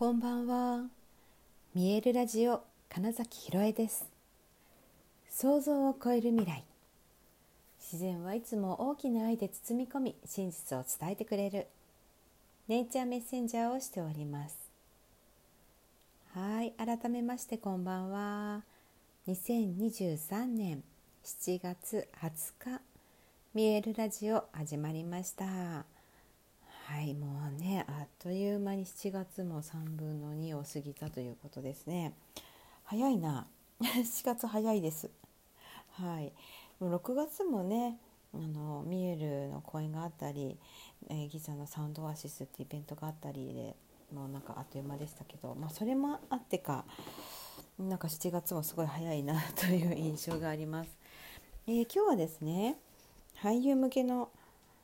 こんばんは。見えるラジオ金崎ひろえです。想像を超える未来。自然はいつも大きな愛で包み込み、真実を伝えてくれるネイチャーメッセンジャーをしております。はい、改めましてこんばんは。2023年7月20日、見えるラジオ始まりました。はい、もうね、あっという間に7月も3分の2を過ぎたということですね。早いな7月早いです。はい、6月もね、ミエルの公演があったり、ギザのサウンドオアシスってイベントがあったりで、もうなんかあっという間でしたけど、それもあってか、なんか7月もすごい早いなという印象があります。今日はですね、俳優向けの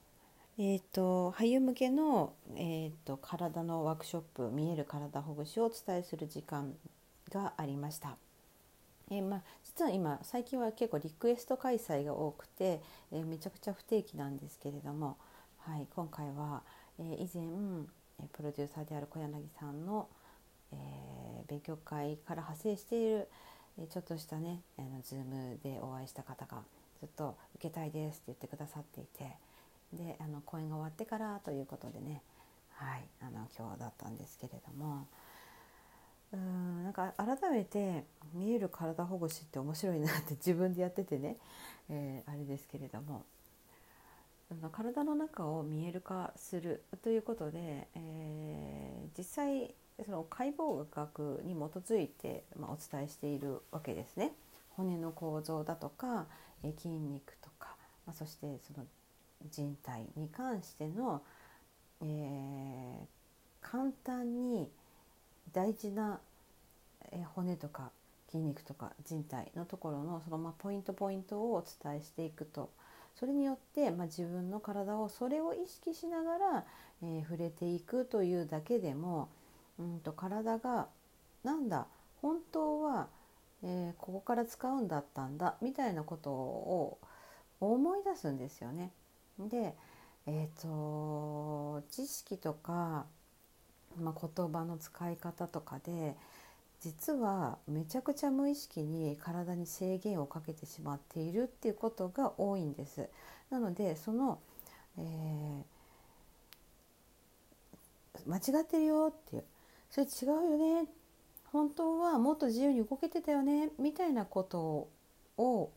体のワークショップ、見える体ほぐしをお伝えする時間がありました。実は今最近は結構リクエスト開催が多くて、めちゃくちゃ不定期なんですけれども、はい、今回は、以前プロデューサーである小柳さんの、勉強会から派生している、ちょっとしたねズームでお会いした方がずっと受けたいですって言ってくださっていて、で講演が終わってからということでね、はい、今日だったんですけれども、なんか改めて見える体ほぐしって面白いなって自分でやっててね、あれですけれども、体の中を見える化するということで、実際その解剖学に基づいて、お伝えしているわけですね。骨の構造だとか、筋肉とか、そしてその人体に関しての、簡単に大事な骨とか筋肉とか人体のところのそのポイントをお伝えしていくと、それによって、自分の体をそれを意識しながら、触れていくというだけでも、体がなんだ本当は、ここから使うんだったんだみたいなことを思い出すんですよね。で、知識とか、言葉の使い方とかで実はめちゃくちゃ無意識に体に制限をかけてしまっているっていうことが多いんです。なのでその、間違ってるよっていう、それ違うよね、本当はもっと自由に動けてたよねみたいなことを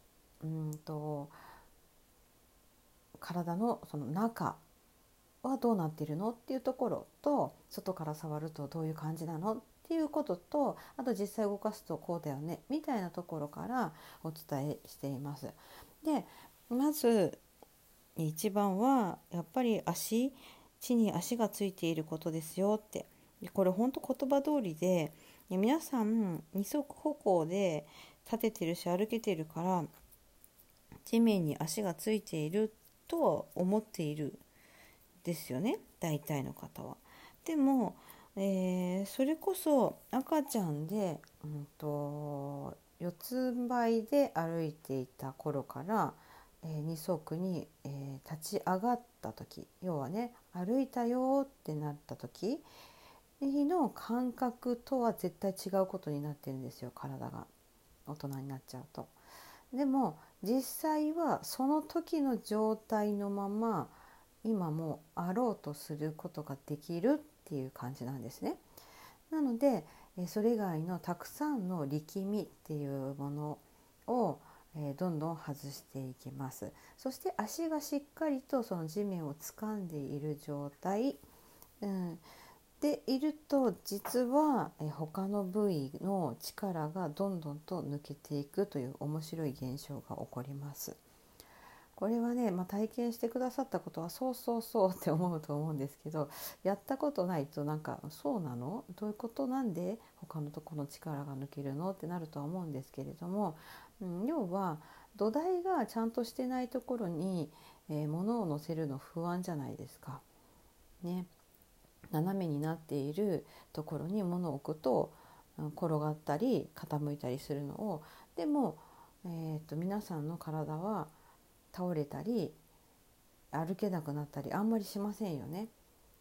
体のその中はどうなっているのっていうところと、外から触るとどういう感じなのっていうことと、あと実際動かすとこうだよねみたいなところからお伝えしています。で、まず一番はやっぱり地に足がついていることですよって。でこれ本当言葉通りで、皆さん二足歩行で立ててるし歩けてるから地面に足がついているとは思っているですよね、大体の方は。でも、それこそ赤ちゃんで、四つ這いで歩いていた頃から、二足に、立ち上がった時、要はね歩いたよってなった時の感覚とは絶対違うことになってるんですよ、体が大人になっちゃうと。でも実際はその時の状態のまま今もあろうとすることができるっていう感じなんですね。なのでそれ以外のたくさんの力みっていうものをどんどん外していきます。そして足がしっかりとその地面を掴んでいる状態、でいると、実は他の部位の力がどんどんと抜けていくという面白い現象が起こります。これはね、体験してくださったことはそうそうそうって思うと思うんですけど、やったことないとなんかそうなのどういうこと、なんで他のとこの力が抜けるのってなるとは思うんですけれども、要は土台がちゃんとしてないところに、物を乗せるの不安じゃないですかね。斜めになっているところに物を置くと転がったり傾いたりするのを、でも、皆さんの体は倒れたり歩けなくなったりあんまりしませんよね。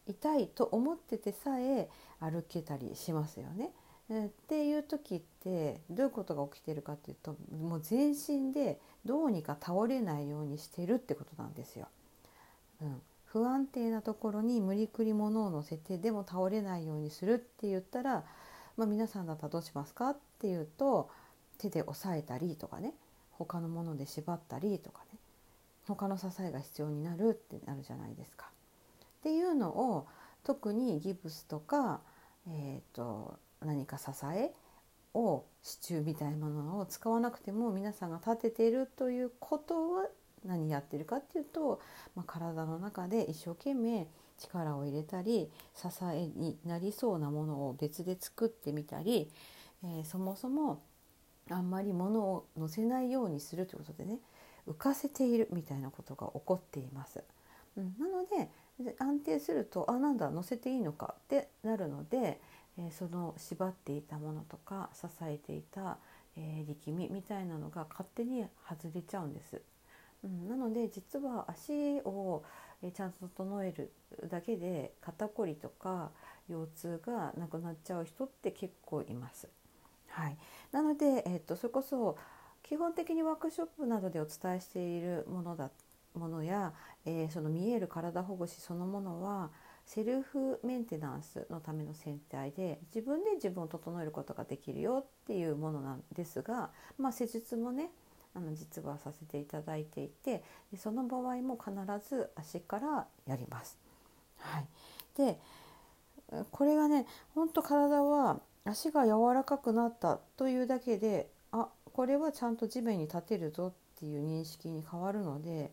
痛いと思っててさえ歩けたりしますよね。っていう時ってどういうことが起きてるかっていうと、もう全身でどうにか倒れないようにしてるってことなんですよ。不安定なところに無理くり物を乗せてでも倒れないようにするって言ったら、皆さんだったらどうしますかっていうと、手で押さえたりとかね、他のもので縛ったりとかね、他の支えが必要になるってなるじゃないですか。っていうのを特にギプスとか、何か支えを支柱みたいなものを使わなくても皆さんが立てているということは何やってるかっていうと、体の中で一生懸命力を入れたり支えになりそうなものを別で作ってみたり、そもそもあんまり物を乗せないようにするということでね、浮かせているみたいなことが起こっています。なので安定するとなんだ乗せていいのかってなるので、その縛っていたものとか支えていた、力みみたいなのが勝手に外れちゃうんです。なので実は足をちゃんと整えるだけで肩こりとか腰痛がなくなっちゃう人って結構います。はい、なので、それこそ基本的にワークショップなどでお伝えしているものや、その見える体ほぐしそのものはセルフメンテナンスのための戦隊で自分で自分を整えることができるよっていうものなんですが、施術もね実はさせていただいていて、その場合も必ず足からやります。はい、でこれがね本当体は足が柔らかくなったというだけでこれはちゃんと地面に立てるぞっていう認識に変わるので、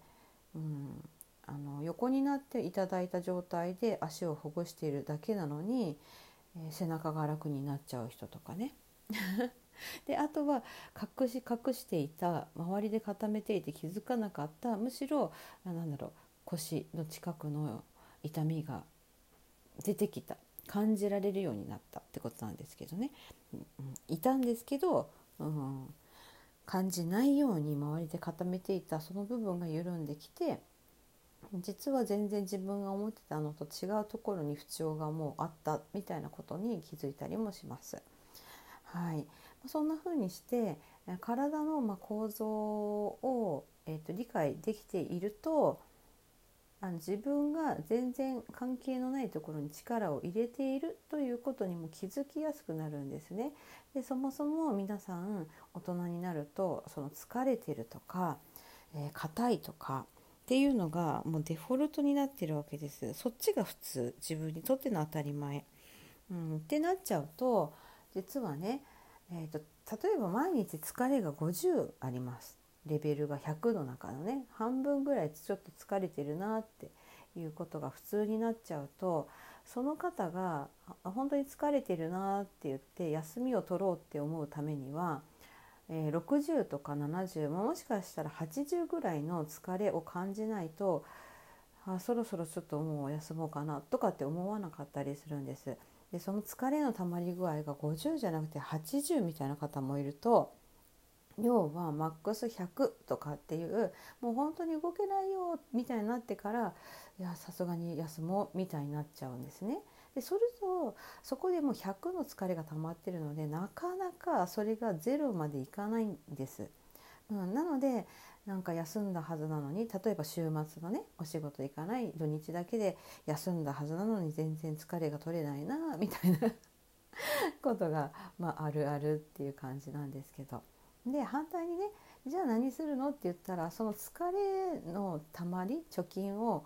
横になっていただいた状態で足をほぐしているだけなのに、背中が楽になっちゃう人とかねであとは隠していた、周りで固めていて気づかなかった、むしろ腰の近くの痛みが出てきた、感じられるようになったってことなんですけどね、いたんですけど、感じないように周りで固めていたその部分が緩んできて、実は全然自分が思ってたのと違うところに不調がもうあったみたいなことに気づいたりもします。はい、そんな風にして体の構造を、理解できていると、自分が全然関係のないところに力を入れているということにも気づきやすくなるんですね。でそもそも皆さん大人になるとその疲れてるとか硬いとかっていうのがもうデフォルトになってるわけです。そっちが普通、自分にとっての当たり前、ってなっちゃうと、実はね、例えば毎日疲れが50あります。レベルが100の中のね半分ぐらいちょっと疲れてるなっていうことが普通になっちゃうと、その方が本当に疲れてるなって言って休みを取ろうって思うためには、60とか70、もしかしたら80ぐらいの疲れを感じないと、そろそろちょっともう休もうかなとかって思わなかったりするんです。でその疲れのたまり具合が50じゃなくて80みたいな方もいると、要はマックス100とかっていうもう本当に動けないよみたいになってから、さすがに休もうみたいになっちゃうんですね。でそれとそこでもう100の疲れが溜まってるので、なかなかそれがゼロまでいかないんです。なので休んだはずなのに、例えば週末のねお仕事行かない土日だけで休んだはずなのに全然疲れが取れないなみたいなことが、あるあるっていう感じなんですけど、で反対にね、じゃあ何するのって言ったら、その疲れのたまり貯金を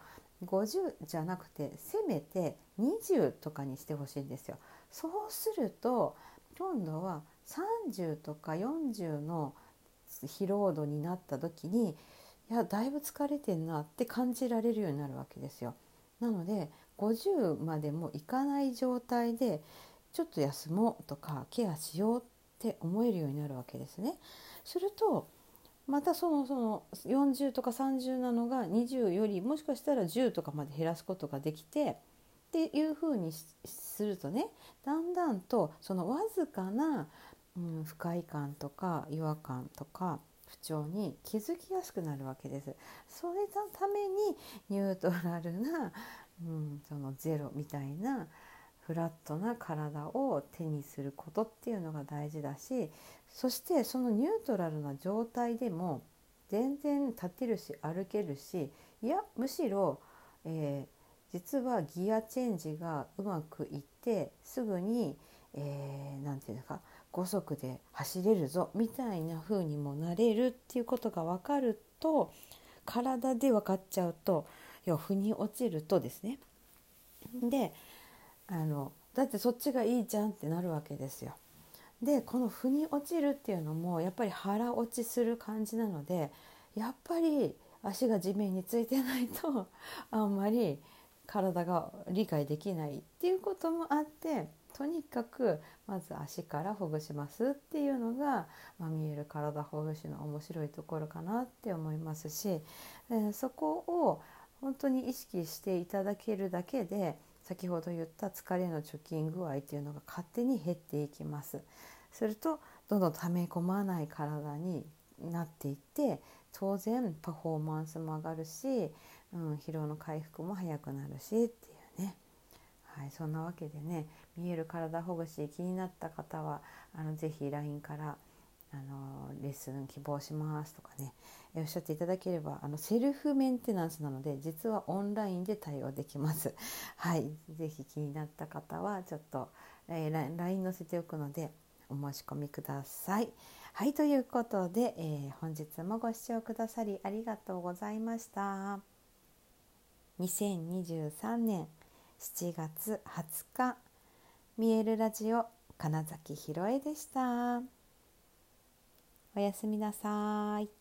50じゃなくてせめて20とかにしてほしいんですよ。そうすると今度は30とか40の疲労度になった時に、だいぶ疲れてんなって感じられるようになるわけですよ。なので50までもいかない状態でちょっと休もうとかケアしようって思えるようになるわけですね。するとまたその40とか30なのが20よりもしかしたら10とかまで減らすことができてっていう風にするとね、だんだんとそのわずかな、不快感とか違和感とか不調に気づきやすくなるわけです。それのためにニュートラルなそのゼロみたいなフラットな体を手にすることっていうのが大事だし、そしてそのニュートラルな状態でも全然立てるし歩けるし、いやむしろ、実はギアチェンジがうまくいってすぐに、なんていうのか5速で走れるぞみたいな風にもなれるっていうことが分かると、体で分かっちゃうと、要は腑に落ちるとですね、でだってそっちがいいじゃんってなるわけですよ。でこの腑に落ちるっていうのもやっぱり腹落ちする感じなので、やっぱり足が地面についてないとあんまり体が理解できないっていうこともあって、とにかくまず足からほぐしますっていうのが、見える体ほぐしの面白いところかなって思いますし、そこを本当に意識していただけるだけで、先ほど言った疲れの貯金具合っていうのが勝手に減っていきます。するとどんどん溜め込まない体になっていって、当然パフォーマンスも上がるし、疲労の回復も早くなるしっていうね。はい、そんなわけでね、見える体ほぐし気になった方はぜひ LINE からレッスン希望しますとかね、おっしゃっていただければ、セルフメンテナンスなので実はオンラインで対応できます。はい、ぜひ気になった方はちょっと、LINE 載せておくのでお申し込みください。はい、ということで、本日もご視聴くださりありがとうございました。2023年7月20日、見えるラジオ金崎ひろえでした。おやすみなさい。